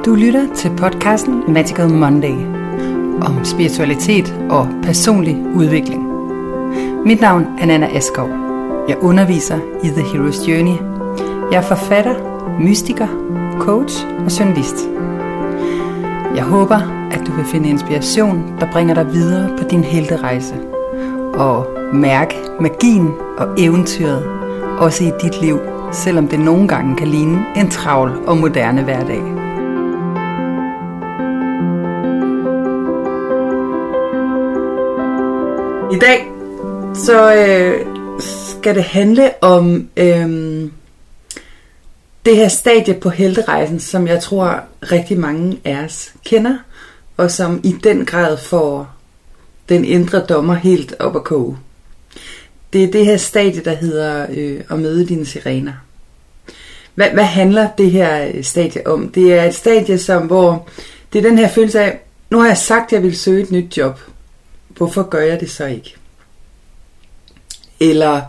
Du lytter til podcasten Magical Monday om spiritualitet og personlig udvikling. Mit navn er Nanna Askov. Jeg underviser i The Hero's Journey. Jeg er forfatter, mystiker, coach og journalist. Jeg håber, at du vil finde inspiration, der bringer dig videre på din helterejse og mærke magien og eventyret også i dit liv, selvom det nogle gange kan ligne en travl og moderne hverdag. I dag så skal det handle om det her stadie på helterejsen, som jeg tror rigtig mange af os kender, og som i den grad får den indre dommer helt op at koge. Det er det her stadie, der hedder at møde dine sirener. Hvad handler det her stadie om? Det er et stadie, hvor det er den her følelse af, nu har jeg sagt, at jeg vil søge et nyt job. Hvorfor gør jeg det så ikke? Eller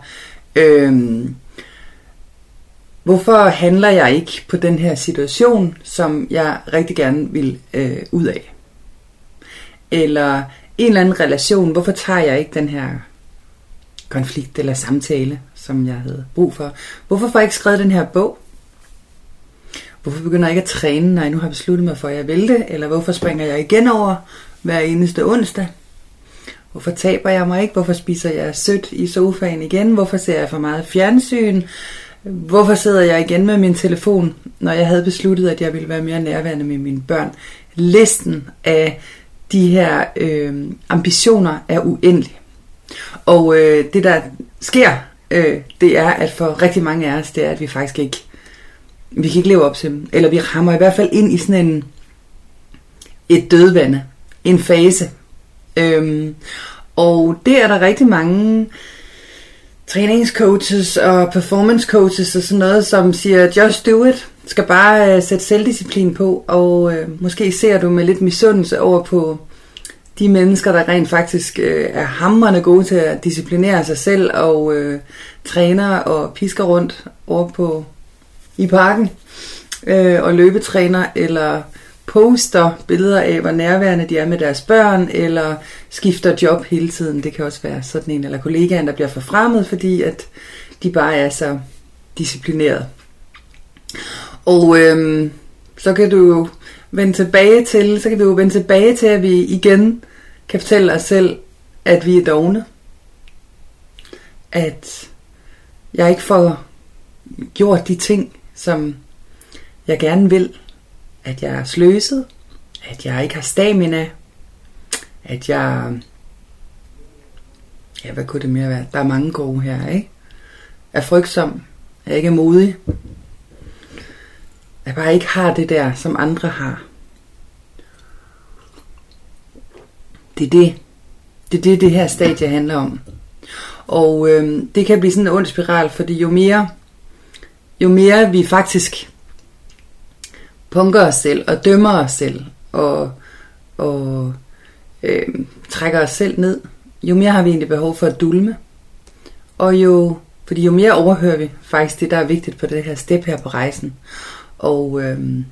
hvorfor handler jeg ikke på den her situation, som jeg rigtig gerne vil ud af? Eller en eller anden relation, hvorfor tager jeg ikke den her konflikt eller samtale, som jeg havde brug for? Hvorfor får jeg ikke skrevet den her bog? Hvorfor begynder jeg ikke at træne, når jeg nu har besluttet mig for, at jeg vil det? Eller hvorfor springer jeg igen over hver eneste onsdag? Hvorfor taber jeg mig ikke? Hvorfor spiser jeg sødt i sofaen igen? Hvorfor ser jeg for meget fjernsyn? Hvorfor sidder jeg igen med min telefon, når jeg havde besluttet, at jeg ville være mere nærværende med mine børn? Listen af de her ambitioner er uendelig. Og det der sker, det er, at for rigtig mange af os, det er, at vi faktisk ikke, vi kan ikke leve op til dem. Eller vi rammer i hvert fald ind i sådan et dødvande, en fase. Og det er der rigtig mange træningscoaches og performance coaches og sådan noget, som siger, just do it. Skal bare sætte selvdisciplin på, og måske ser du med lidt misundelse over på de mennesker, der rent faktisk er hamrende gode til at disciplinere sig selv og træner og pisker rundt over i parken og løbetræner, eller poster billeder af, hvor nærværende de er med deres børn, eller skifter job hele tiden. Det kan også være sådan en, eller kollegaen, der bliver forfremmet, fordi at de bare er så disciplineret. Og så kan vi jo vende tilbage til, at vi igen kan fortælle os selv, at vi er dovne. At jeg ikke får gjort de ting, som jeg gerne vil. At jeg er sløset, at jeg ikke har stamina, at jeg, ja, hvad kunne det mere være? Der er mange gode her, ikke? Er frygtsom, er ikke modig, at bare ikke har det der, som andre har. Det er det her stadie handler om. Og det kan blive sådan en ond spiral, fordi jo mere vi faktisk punker os selv og dømmer os selv og trækker os selv ned, jo mere har vi egentlig behov for at dulme. Og jo mere overhører vi faktisk det, der er vigtigt på det her step her på rejsen. Og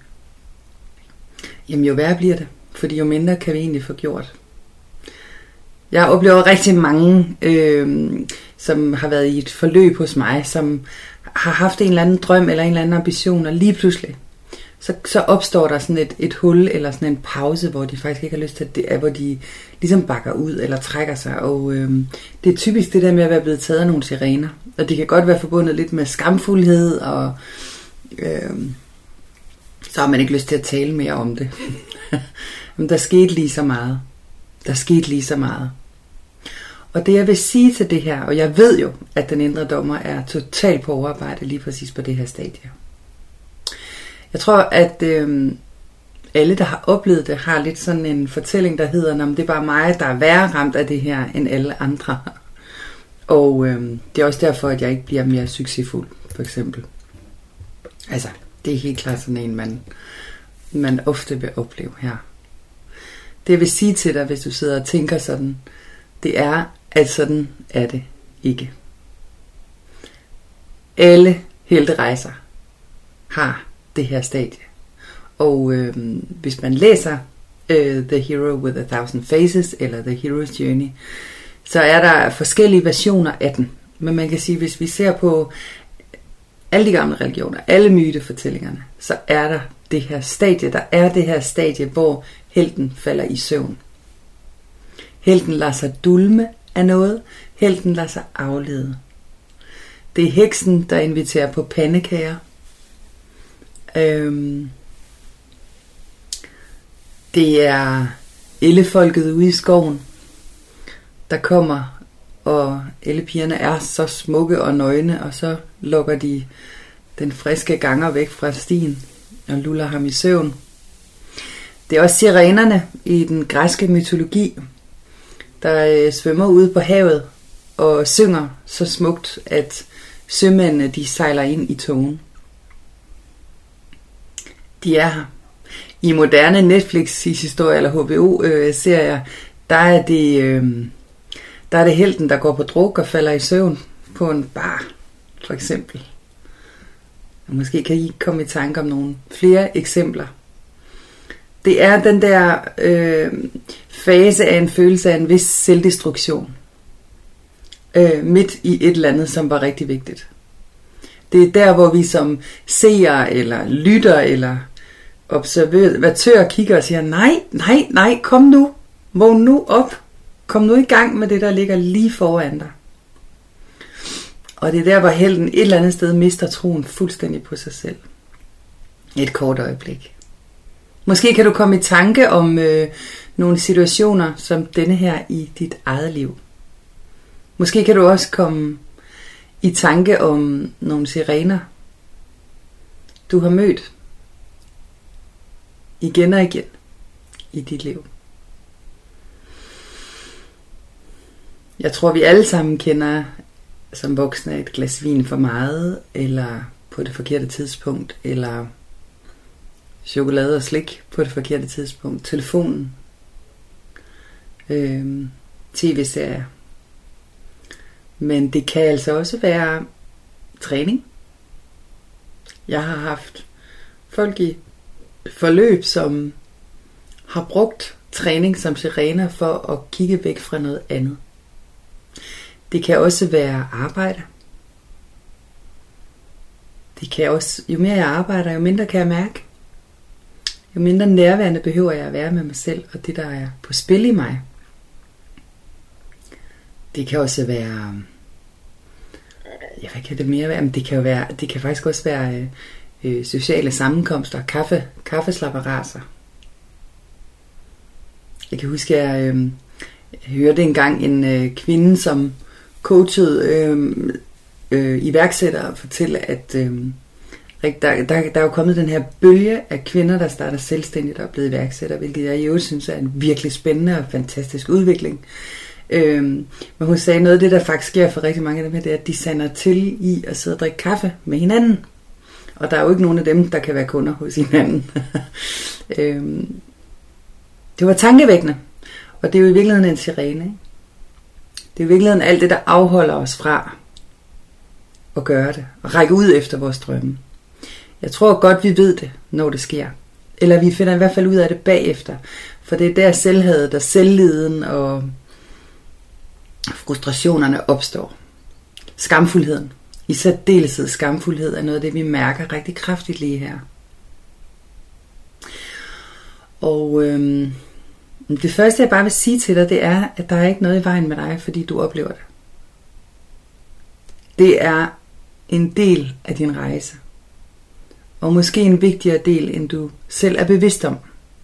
jo værre bliver det, fordi jo mindre kan vi egentlig få gjort. Jeg oplever rigtig mange, som har været i et forløb hos mig, som har haft en eller anden drøm eller en eller anden ambition, og lige pludselig så opstår der sådan et hul eller sådan en pause, hvor de faktisk ikke har lyst til det, hvor de ligesom bakker ud eller trækker sig. Og det er typisk det der med at være blevet taget af nogle sirener, og det kan godt være forbundet lidt med skamfuldhed, og så har man ikke lyst til at tale mere om det. Men der skete lige så meget. Og det jeg vil sige til det her, og jeg ved jo, at den indre dommer er totalt på overarbejde lige præcis på det her stadie. Jeg tror, at alle, der har oplevet det, har lidt sådan en fortælling, der hedder, det er bare mig, der er værre ramt af det her, end alle andre. Og det er også derfor, at jeg ikke bliver mere succesfuld, for eksempel. Altså, det er helt klart sådan en, man ofte vil opleve her. Det jeg vil sige til dig, hvis du sidder og tænker sådan, det er, at sådan er det ikke. Alle helterejser har det her stadie. Og hvis man læser The Hero with 1000 Faces eller The Hero's Journey, så er der forskellige versioner af den. Men man kan sige, hvis vi ser på alle de gamle religioner, alle mytefortællingerne, så er der det her stadie. Der er det her stadie, hvor helten falder i søvn. Helten lader sig dulme af noget. Helten lader sig aflede. Det er heksen, der inviterer på pandekager. Det er ellefolket ude i skoven, der kommer, og ellepigerne er så smukke og nøgne, og så lukker de den friske ganger væk fra stien og luller ham i søvn. Det er også sirenerne i den græske mytologi, der svømmer ude på havet og synger så smukt, at sømændene de sejler ind i tågen. De er her. I moderne Netflix-historie eller HBO-serier, der er det helten, der går på druk og falder i søvn på en bar, for eksempel. Og måske kan I komme i tanke om nogle flere eksempler. Det er den der fase af en følelse af en vis selvdestruktion. Midt i et eller andet, som var rigtig vigtigt. Det er der, hvor vi som seere, eller lytter, eller observatør kigger og siger, nej, kom nu, vågn nu op, kom nu i gang med det, der ligger lige foran dig. Og det er der, hvor helten et eller andet sted mister troen fuldstændig på sig selv. Et kort øjeblik. Måske kan du komme i tanke om nogle situationer som denne her i dit eget liv. Måske kan du også komme i tanke om nogle sirener, du har mødt igen og igen i dit liv. Jeg tror, vi alle sammen kender som voksne et glas vin for meget, eller på det forkerte tidspunkt, eller chokolade og slik på det forkerte tidspunkt, telefonen, tv-serier. Men det kan altså også være træning. Jeg har haft folk i forløb, som har brugt træning som sirener for at kigge væk fra noget andet. Det kan også være arbejde. Det kan også, jo mere jeg arbejder, jo mindre kan jeg mærke. Jo mindre nærværende behøver jeg at være med mig selv og det, der er på spil i mig. Det kan også være, hvad kan det mere være? Men det kan faktisk også være sociale sammenkomster, kaffeslapperaser. Jeg kan huske, at jeg hørte engang en kvinde, som coachede iværksættere, fortælle, at der er jo kommet den her bølge af kvinder, der starter selvstændigt og er blevet iværksættere, hvilket jeg jo synes er en virkelig spændende og fantastisk udvikling. Men hun sagde, noget af det, der faktisk sker for rigtig mange af dem, det er, at de sander til i at sidde og drikke kaffe med hinanden. Og der er jo ikke nogen af dem, der kan være kunder hos hinanden. Det var tankevækkende. Og det er jo i virkeligheden en sirene. Ikke? Det er i virkeligheden alt det, der afholder os fra at gøre det. Og række ud efter vores drømme. Jeg tror godt, vi ved det, når det sker. Eller vi finder i hvert fald ud af det bagefter. For det er der selvhadet og selvliden og frustrationerne opstår. Skamfuldheden. I særdeleshed skamfuldhed er noget af det, vi mærker rigtig kraftigt lige her. Og det første, jeg bare vil sige til dig, det er, at der er ikke noget i vejen med dig, fordi du oplever det. Det er en del af din rejse. Og måske en vigtigere del, end du selv er bevidst om.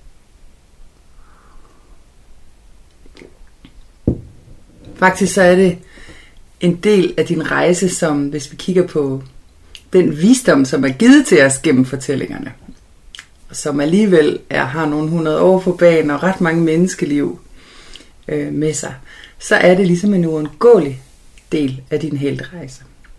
Faktisk så er det en del af din rejse, som hvis vi kigger på den visdom, som er givet til os gennem fortællingerne, som alligevel har nogle 100 år på bagen og ret mange menneskeliv med sig, så er det ligesom en uundgåelig del af din helterejse.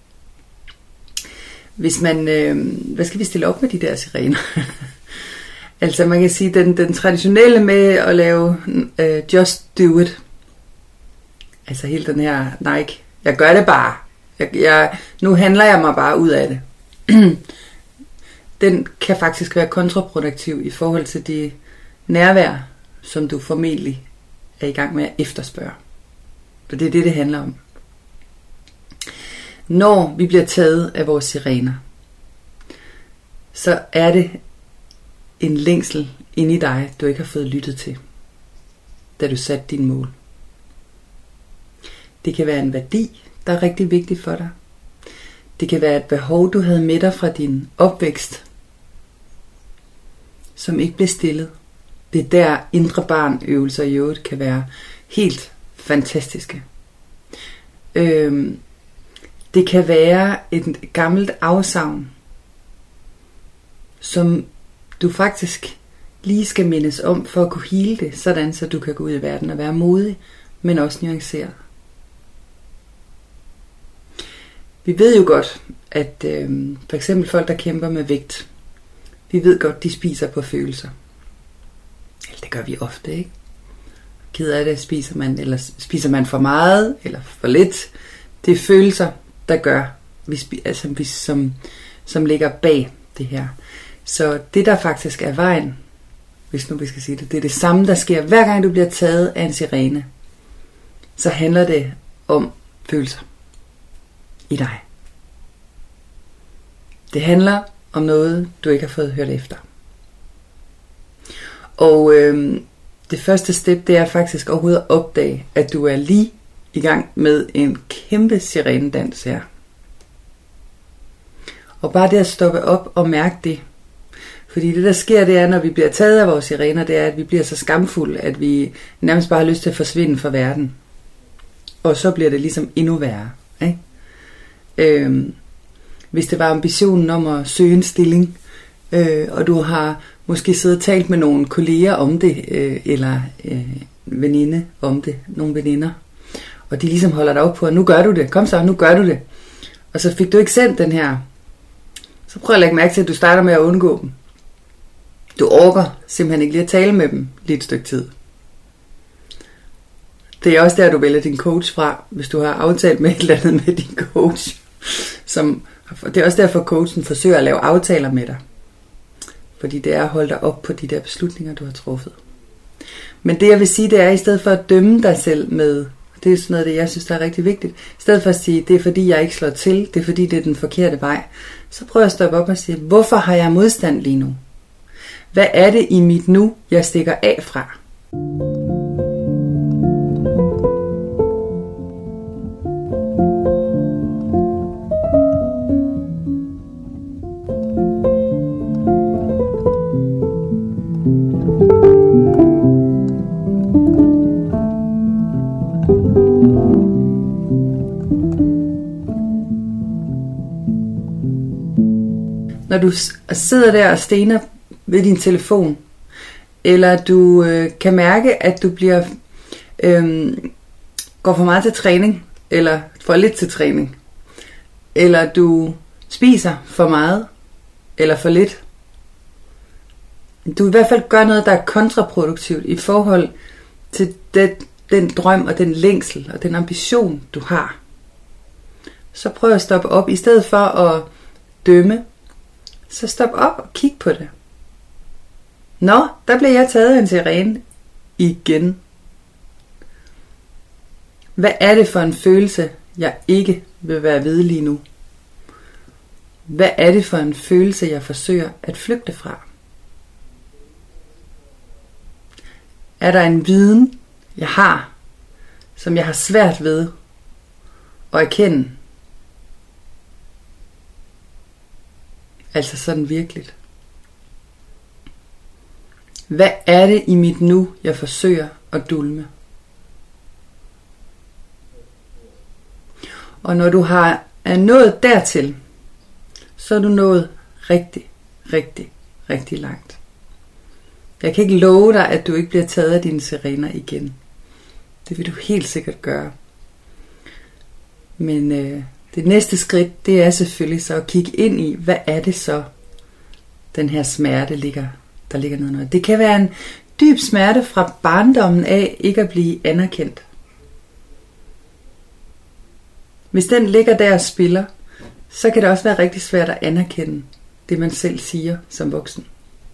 Hvis man, hvad skal vi stille op med de der sirener? Altså man kan sige, den traditionelle med at lave just do it. Altså helt den her Nike, jeg gør det bare. Nu handler jeg mig bare ud af det. den kan faktisk være kontraproduktiv i forhold til det nærvær, som du formentlig er i gang med at efterspørge. For det er det handler om. Når vi bliver taget af vores sirener, så er det en længsel inde i dig, du ikke har fået lyttet til, da du satte dine mål. Det kan være en værdi, der er rigtig vigtig for dig. Det kan være et behov, du havde med dig fra din opvækst, som ikke blev stillet. Det er der indre barnøvelser i øvrigt kan være helt fantastiske. Det kan være et gammelt afsavn, som du faktisk lige skal mindes om for at kunne hele det, sådan så du kan gå ud i verden og være modig, men også nuanceret. Vi ved jo godt, at for eksempel folk, der kæmper med vægt, vi ved godt, de spiser på følelser. Eller det gør vi ofte, ikke? Ked af det, spiser man for meget, eller for lidt. Det er følelser, der gør, som ligger bag det her. Så det, der faktisk er vejen, hvis nu vi skal sige det, det er det samme, der sker hver gang du bliver taget af en sirene. Så handler det om følelser i dig. Det handler om noget, du ikke har fået hørt efter. Og det første step, det er faktisk overhovedet at opdage, at du er lige i gang med en kæmpe sirenedans her. Og bare det at stoppe op og mærke det. Fordi det der sker, det er, når vi bliver taget af vores sirener, det er, at vi bliver så skamfulde, at vi nærmest bare har lyst til at forsvinde fra verden. Og så bliver det ligesom endnu værre. Ikke? Hvis det var ambitionen om at søge en stilling, og du har måske siddet og talt med nogle kolleger om det, eller veninde om det, nogle veninder, og de ligesom holder dig op på, at nu gør du det, kom så, nu gør du det. Og så fik du ikke sendt den her, så prøv at lægge mærke til, at du starter med at undgå dem. Du orker simpelthen ikke lige at tale med dem lige et stykke tid. Det er også der, du vælger din coach fra, hvis du har aftalt med et eller andet med din coach. Det er også derfor, coachen forsøger at lave aftaler med dig. Fordi det er at holde dig op på de der beslutninger, du har truffet. Men det jeg vil sige, det er, i stedet for at dømme dig selv med, det er sådan noget, det jeg synes, der er rigtig vigtigt. I stedet for at sige, det er fordi, jeg ikke slår til, det er fordi, det er den forkerte vej. Så prøv at stoppe op og sige, hvorfor har jeg modstand lige nu? Hvad er det i mit nu, jeg stikker af fra? Når du sidder der og stener ved din telefon, eller du kan mærke, at du bliver går for meget til træning, eller for lidt til træning, eller du spiser for meget, eller for lidt. Du i hvert fald gør noget, der er kontraproduktivt i forhold til den drøm og den længsel og den ambition, du har. Så prøv at stoppe op. I stedet for at dømme, så stop op og kig på det. Nå, der blev jeg taget af en sirene igen. Hvad er det for en følelse, jeg ikke vil være ved lige nu? Hvad er det for en følelse, jeg forsøger at flygte fra? Er der en viden, jeg har, som jeg har svært ved at erkende? Altså sådan virkeligt. Hvad er det i mit nu, jeg forsøger at dulme? Og når du er nået dertil, så er du nået rigtig, rigtig, rigtig langt. Jeg kan ikke love dig, at du ikke bliver taget af dine sirener igen. Det vil du helt sikkert gøre. Men det næste skridt, det er selvfølgelig så at kigge ind i, hvad er det så, den her smerte der ligger nedenunder. Det kan være en dyb smerte fra barndommen af ikke at blive anerkendt. Hvis den ligger der og spiller, så kan det også være rigtig svært at anerkende, det man selv siger som voksen.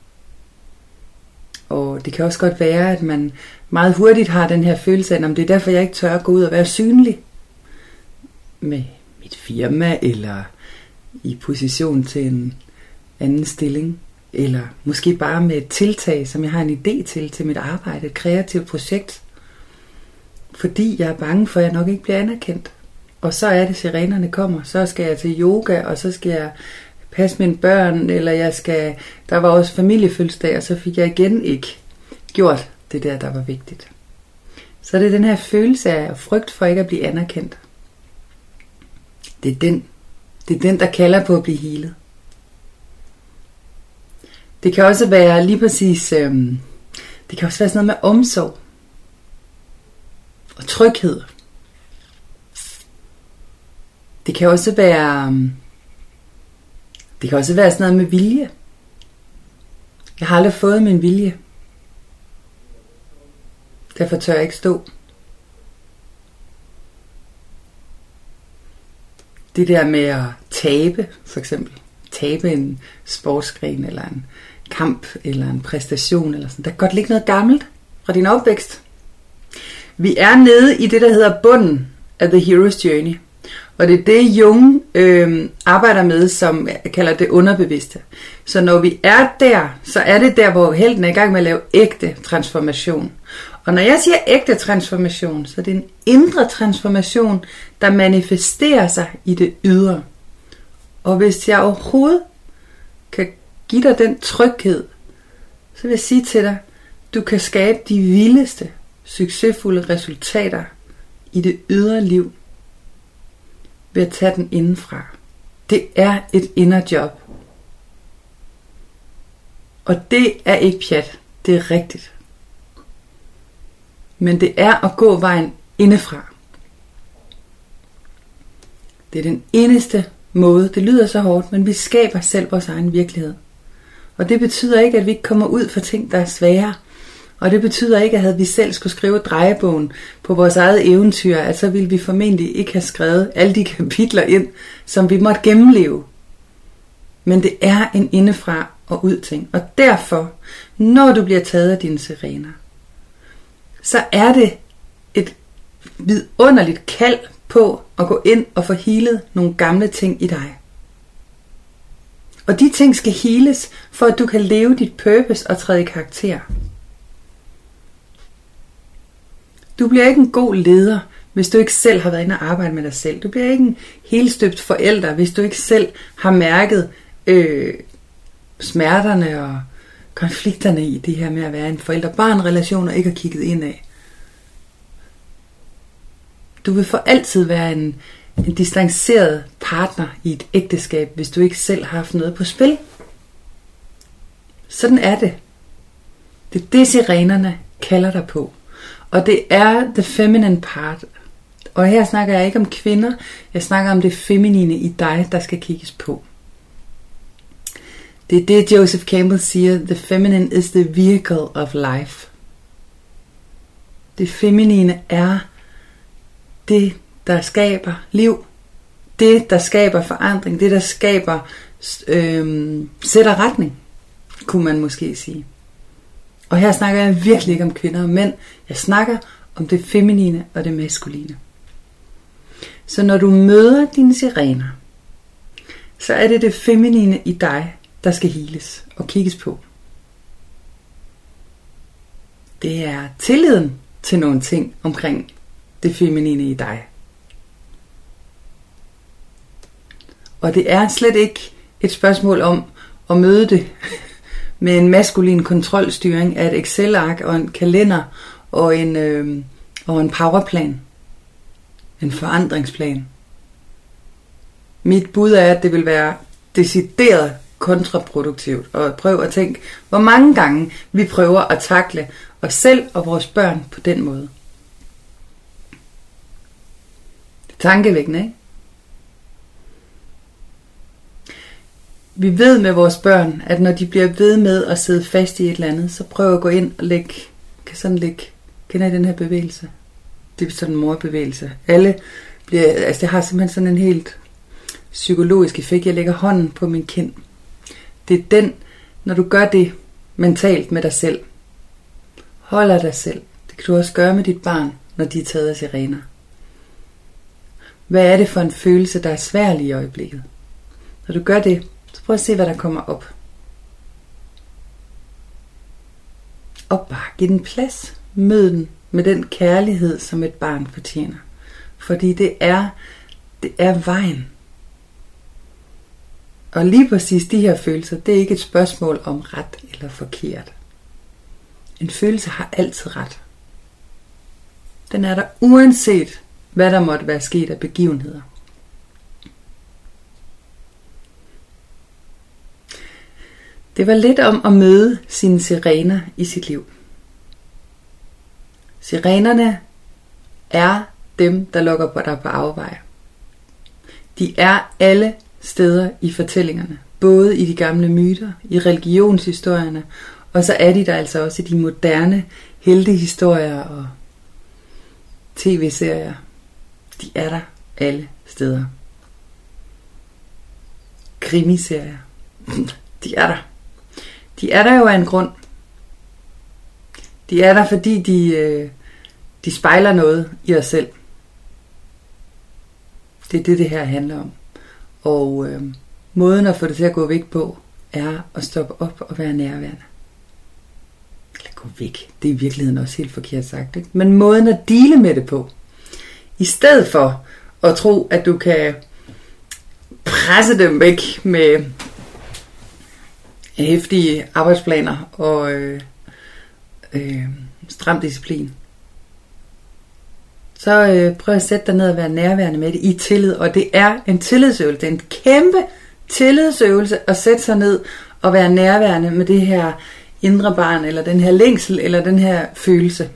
Og det kan også godt være, at man meget hurtigt har den her følelse af, om det er derfor, jeg ikke tør at gå ud og være synlig med mit firma, eller i position til en anden stilling, eller måske bare med et tiltag, som jeg har en idé til mit arbejde, et kreativt projekt, fordi jeg er bange for, at jeg nok ikke bliver anerkendt. Og så er det, sirenerne kommer, så skal jeg til yoga, og så skal jeg passe mine børn, eller der var også familiefødselsdag, og så fik jeg igen ikke gjort det der var vigtigt. Så det er den her følelse af frygt for ikke at blive anerkendt. Det er den, der kalder på at blive healet. Det kan også være lige præcis, det kan også være sådan noget med omsorg og tryghed. Det kan også være sådan noget med vilje. Jeg har aldrig fået min vilje. Derfor tør jeg ikke stå. Det der med at tabe, for eksempel. Tabe en sportsgren, eller en kamp, eller en præstation, eller sådan. Der kan godt ligge noget gammelt fra din opvækst. Vi er nede i det, der hedder bunden af The Hero's Journey. Og det er det, Jung arbejder med, som jeg kalder det underbevidste. Så når vi er der, så er det der, hvor helten er i gang med at lave ægte transformation. Og når jeg siger ægte transformation, så er det en indre transformation, der manifesterer sig i det ydre. Og hvis jeg overhovedet kan give dig den tryghed, så vil jeg sige til dig, du kan skabe de vildeste, succesfulde resultater i det ydre liv ved at tage den indenfra. Det er et inderjob. Og det er ikke pjat. Det er rigtigt. Men det er at gå vejen indefra. Det er den eneste måde. Det lyder så hårdt, men vi skaber selv vores egen virkelighed. Og det betyder ikke, at vi ikke kommer ud for ting, der er svære. Og det betyder ikke, at havde vi selv skulle skrive drejebogen på vores eget eventyr, at så ville vi formentlig ikke have skrevet alle de kapitler ind, som vi måtte gennemleve. Men det er en indefra og ud ting. Og derfor, når du bliver taget af dine sirener, så er det et vidunderligt kald på at gå ind og få healet nogle gamle ting i dig. Og de ting skal heales, for at du kan leve dit purpose og træde i karakter. Du bliver ikke en god leder, hvis du ikke selv har været inde og arbejde med dig selv. Du bliver ikke en helstøbt forælder, hvis du ikke selv har mærket smerterne og konflikterne i det her med at være en forældre-barn-relation og ikke har kigget indad. Du vil for altid være en distanceret partner i et ægteskab, hvis du ikke selv har haft noget på spil. Sådan er det. Det er det, sirenerne kalder dig på. Og det er the feminine part. Og her snakker jeg ikke om kvinder, jeg snakker om det feminine i dig, der skal kigges på. Det er det, Joseph Campbell siger, the feminine is the vehicle of life. Det feminine er det, der skaber liv. Det, der skaber forandring. Det, der skaber, sætter retning, kunne man måske sige. Og her snakker jeg virkelig ikke om kvinder og mænd. Jeg snakker om det feminine og det maskuline. Så når du møder dine sirener, så er det det feminine i dig, der skal heales og kigges på. Det er tilliden til nogle ting omkring det feminine i dig. Og det er slet ikke et spørgsmål om at møde det med en maskulin kontrolstyring af et Excel-ark og en kalender og en powerplan. En forandringsplan. Mit bud er, at det vil være decideret kontraproduktivt. Og prøv at tænke, hvor mange gange vi prøver at takle os selv og vores børn på den måde. Det er tankevækkende, ikke? Vi ved med vores børn, at når de bliver ved med at sidde fast i et eller andet, så prøv at gå ind og lægge, kender I den her bevægelse? Det er sådan en morbevægelse. Alle bliver, det har simpelthen sådan en helt psykologisk effekt. Jeg lægger hånden på min kind. Det er den, når du gør det mentalt med dig selv, holder dig selv. Det kan du også gøre med dit barn, når de er taget af sirener. Hvad er det for en følelse, der er sværlig i øjeblikket? Når du gør det, så prøv at se, hvad der kommer op. Og bare giv den plads. Mød den med den kærlighed, som et barn fortjener. Fordi det er vejen. Og lige præcis de her følelser, det er ikke et spørgsmål om ret eller forkert. En følelse har altid ret. Den er der uanset, hvad der måtte være sket af begivenheder. Det var lidt om at møde sine sirener i sit liv. Sirenerne er dem, der lokker på dig på afveje. De er alle steder i fortællingerne. Både i de gamle myter, i religionshistorierne, og så er de der altså også i de moderne heltehistorier og tv-serier. De er der alle steder. Krimiserier. De er der. De er der jo af en grund. De er der, fordi de spejler noget i os selv. Det er det her handler om. Og måden at få det til at gå væk på, er at stoppe op og være nærværende. Eller gå væk. Det er i virkeligheden også helt forkert sagt, ikke? Men måden at deale med det på. I stedet for at tro, at du kan presse dem væk med heftige arbejdsplaner og stram disciplin. Så prøv at sætte dig ned og være nærværende med det i tillid. Og det er en tillidsøvelse. Det er en kæmpe tillidsøvelse at sætte sig ned og være nærværende med det her indre barn, eller den her længsel, eller den her følelse.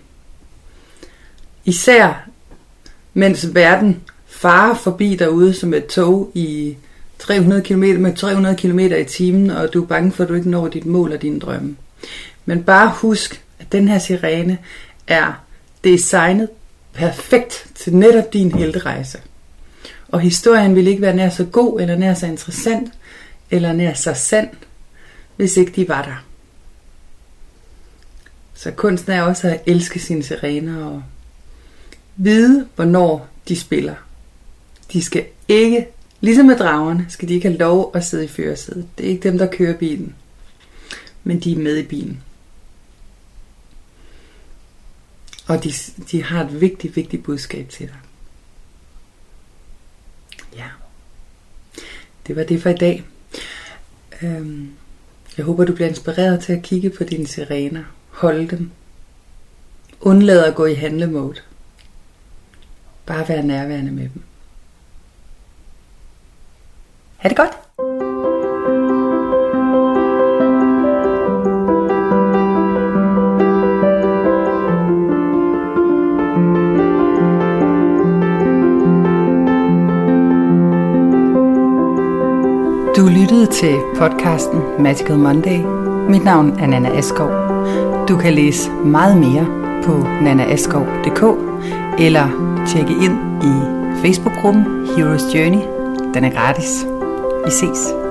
Især mens verden farer forbi derude som et tog i 300 km med 300 km i timen, og du er bange for, at du ikke når dit mål og dine drømme. Men bare husk, at den her sirene er designet perfekt til netop din helterejse. Og historien vil ikke være nær så god, eller nær så interessant, eller nær så sand, hvis ikke de var der. Så kunsten er også at elske sine sirener og vide, hvornår de spiller. De skal ikke, ligesom med dragerne, skal de ikke have lov at sidde i førersædet. Det er ikke dem, der kører bilen, men de er med i bilen. Og de har et vigtigt budskab til dig. Ja. Det var det for i dag. Jeg håber, du bliver inspireret til at kigge på dine sirener. Holde dem. Undlad at gå i handlemode. Bare være nærværende med dem. Ha' det godt! Du lyttede til podcasten Magical Monday. Mit navn er Nanna Askov. Du kan læse meget mere på nannaaskov.dk eller tjekke ind i Facebook-gruppen Hero's Journey. Den er gratis. Vi ses.